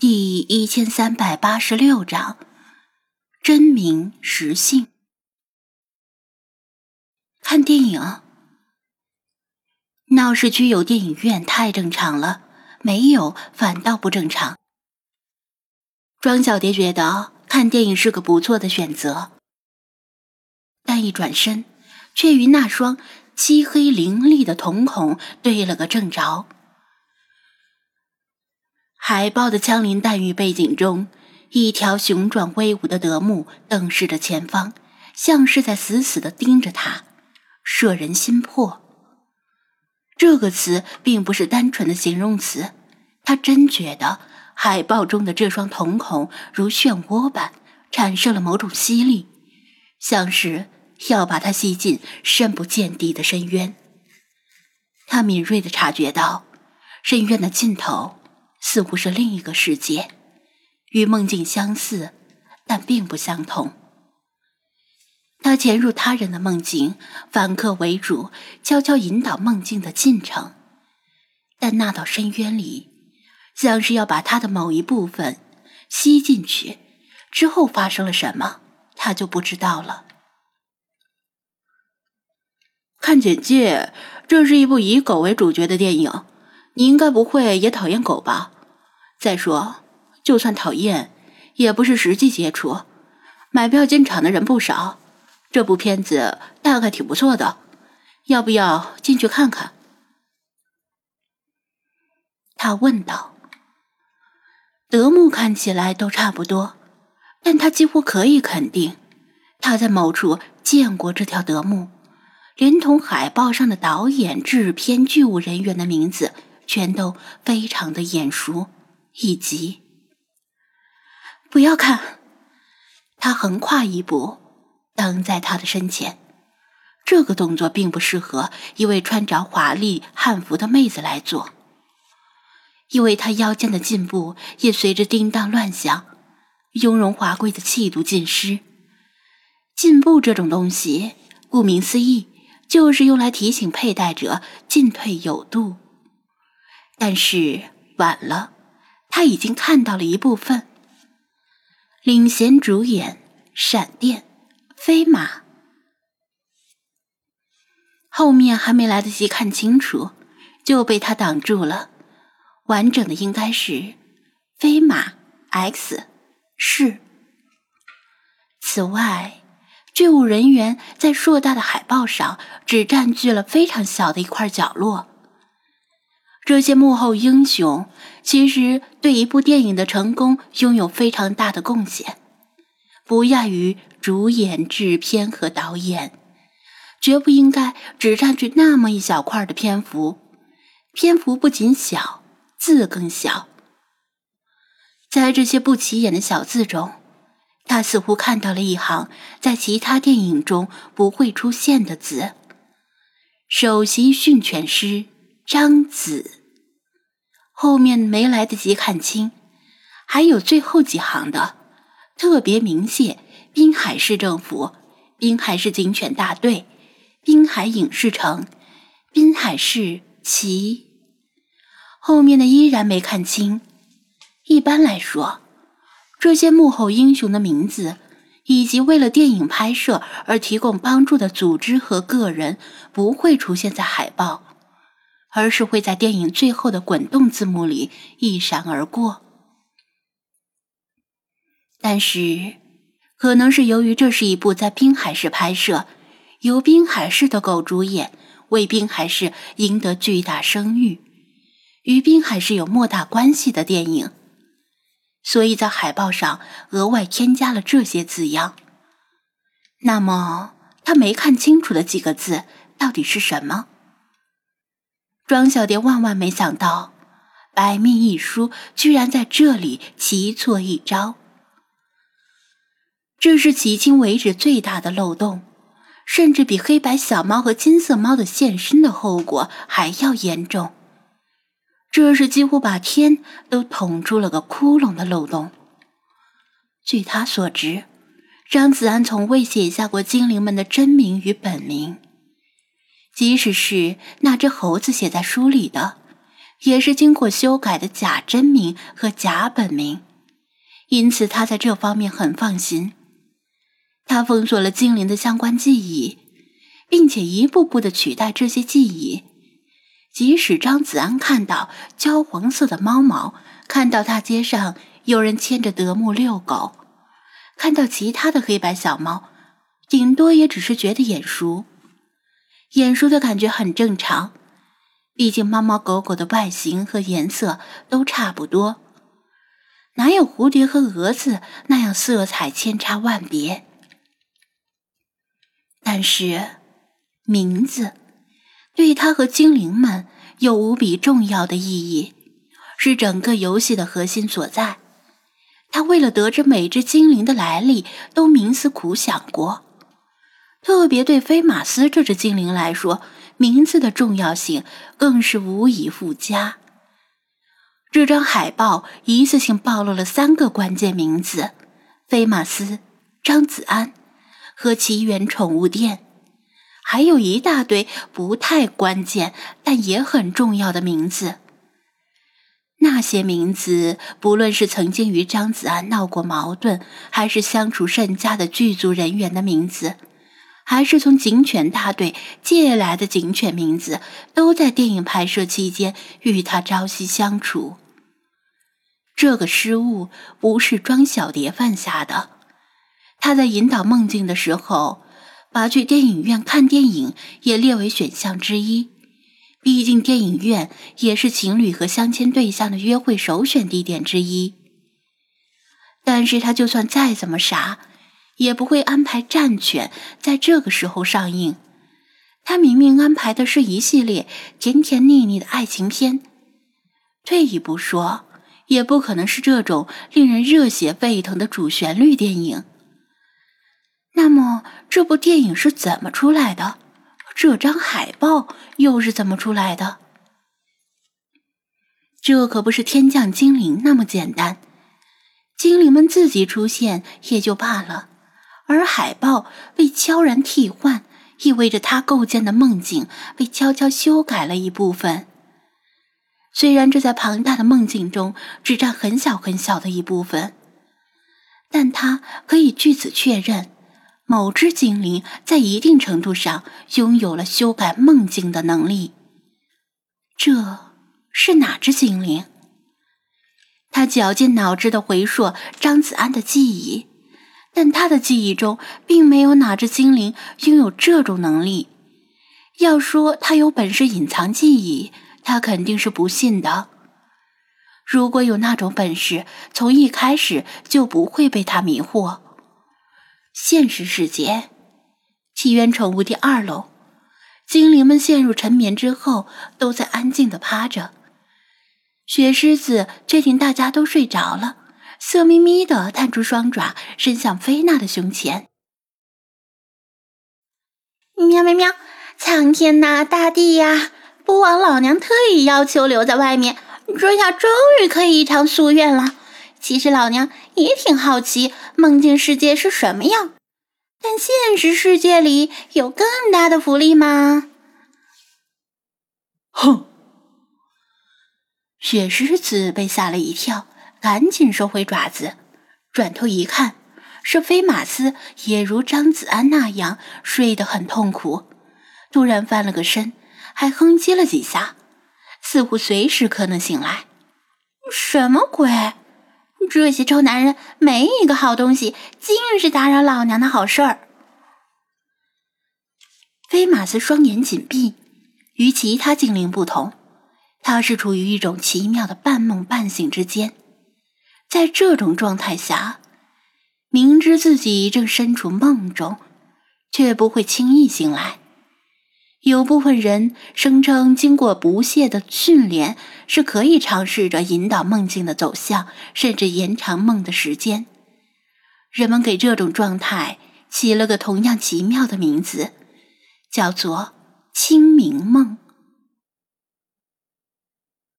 第1386章真名实姓。看电影，闹市区有电影院太正常了，没有反倒不正常。庄小蝶觉得看电影是个不错的选择，但一转身却与那双漆黑凌厉的瞳孔对了个正着。海报的枪林弹雨背景中，一条雄壮威武的德牧瞪视着前方，像是在死死地盯着他，摄人心魄。这个词并不是单纯的形容词，他真觉得海报中的这双瞳孔如漩涡般产生了某种吸力，像是要把他吸进深不见底的深渊。他敏锐地察觉到，深渊的尽头似乎是另一个世界，与梦境相似，但并不相同。他潜入他人的梦境，反客为主，悄悄引导梦境的进程，但那道深渊里像是要把他的某一部分吸进去，之后发生了什么他就不知道了。 看简介，这是一部以狗为主角的电影，你应该不会也讨厌狗吧？再说，就算讨厌，也不是实际接触，买票进场的人不少，这部片子大概挺不错的，要不要进去看看？ 他问道。德牧看起来都差不多，但他几乎可以肯定，他在某处见过这条德牧，连同海报上的导演、制片、剧务人员的名字全都非常的眼熟，以及不要看。他横跨一步，挡在他的身前。这个动作并不适合一位穿着华丽汉服的妹子来做，因为她腰间的劲步也随着叮当乱响，雍容华贵的气度尽失。劲步这种东西，顾名思义，就是用来提醒佩戴者进退有度。但是晚了，他已经看到了一部分。领衔主演闪电、飞马。后面还没来得及看清楚，就被他挡住了。完整的应该是飞马 X 是。此外，剧务人员在硕大的海报上只占据了非常小的一块角落。这些幕后英雄其实对一部电影的成功拥有非常大的贡献，不亚于主演、制片和导演，绝不应该只占据那么一小块的篇幅。篇幅不仅小，字更小。在这些不起眼的小字中，他似乎看到了一行在其他电影中不会出现的字：首席训犬师张子。后面没来得及看清，还有最后几行的特别鸣谢滨海市政府、滨海市警犬大队、滨海影视城、滨海市旗。后面的依然没看清。一般来说，这些幕后英雄的名字以及为了电影拍摄而提供帮助的组织和个人不会出现在海报，而是会在电影最后的滚动字幕里一闪而过。但是可能是由于这是一部在滨海市拍摄，由滨海市的狗主演，为滨海市赢得巨大声誉，与滨海市有莫大关系的电影，所以在海报上额外添加了这些字样。那么他没看清楚的几个字到底是什么？庄小蝶万万没想到，百密一疏居然在这里奇错一招。这是迄今为止最大的漏洞，甚至比黑白小猫和金色猫的现身的后果还要严重。这是几乎把天都捅出了个窟窿的漏洞。据他所知，张子安从未写下过精灵们的真名与本名，即使是那只猴子写在书里的， 也是经过修改的假真名和假本名，因此他在这方面很放心。他封锁了精灵的相关记忆，并且一步步地取代这些记忆。即使张子安看到焦黄色的猫毛，看到大街上有人牵着德牧遛狗，看到其他的黑白小猫，顶多也只是觉得眼熟。眼熟的感觉很正常，毕竟猫猫狗狗的外形和颜色都差不多，哪有蝴蝶和蛾子那样色彩千差万别？但是名字对他和精灵们有无比重要的意义，是整个游戏的核心所在。他为了得知每只精灵的来历都冥思苦想过，特别对菲马斯这只精灵来说，名字的重要性更是无以复加。这张海报一次性暴露了3个关键名字：菲马斯、张子安和奇缘宠物店，还有一大堆不太关键但也很重要的名字。那些名字不论是曾经与张子安闹过矛盾，还是相处甚佳的剧组人员的名字，还是从警犬大队借来的警犬名字，都在电影拍摄期间与他朝夕相处。这个失误不是庄小蝶犯下的，他在引导梦境的时候，把去电影院看电影也列为选项之一。毕竟电影院也是情侣和相亲对象的约会首选地点之一。但是他就算再怎么傻，也不会安排战犬在这个时候上映。他明明安排的是一系列甜甜腻腻的爱情片，退一步说，也不可能是这种令人热血沸腾的主旋律电影。那么这部电影是怎么出来的？这张海报又是怎么出来的？这可不是天降精灵那么简单，精灵们自己出现也就罢了，而海报被悄然替换，意味着他构建的梦境被悄悄修改了一部分。虽然这在庞大的梦境中只占很小很小的一部分，但他可以据此确认，某只精灵在一定程度上拥有了修改梦境的能力。这是哪只精灵？他绞尽脑汁地回溯张子安的记忆，但他的记忆中并没有哪只精灵拥有这种能力。要说他有本事隐藏记忆，他肯定是不信的。如果有那种本事，从一开始就不会被他迷惑。现实世界，奇缘宠物第2楼，精灵们陷入沉眠之后，都在安静地趴着。雪狮子确定大家都睡着了，色眯眯地探出双爪，伸向菲娜的胸前。喵喵喵！苍天呐，大地呀，不枉老娘特意要求留在外面，这下终于可以一偿夙愿了。其实老娘也挺好奇梦境世界是什么样，但现实世界里有更大的福利吗？ 哼！雪狮子被吓了一跳，赶紧收回爪子，转头一看，是菲马斯也如张子安那样睡得很痛苦，突然翻了个身，还哼唧了几下，似乎随时可能醒来。什么鬼？这些臭男人没一个好东西，尽是打扰老娘的好事儿。菲马斯双眼紧闭，与其他精灵不同，他是处于一种奇妙的半梦半醒之间。在这种状态下，明知自己正身处梦中，却不会轻易醒来。有部分人声称，经过不懈的训练，是可以尝试着引导梦境的走向，甚至延长梦的时间。人们给这种状态起了个同样奇妙的名字，叫做清明梦。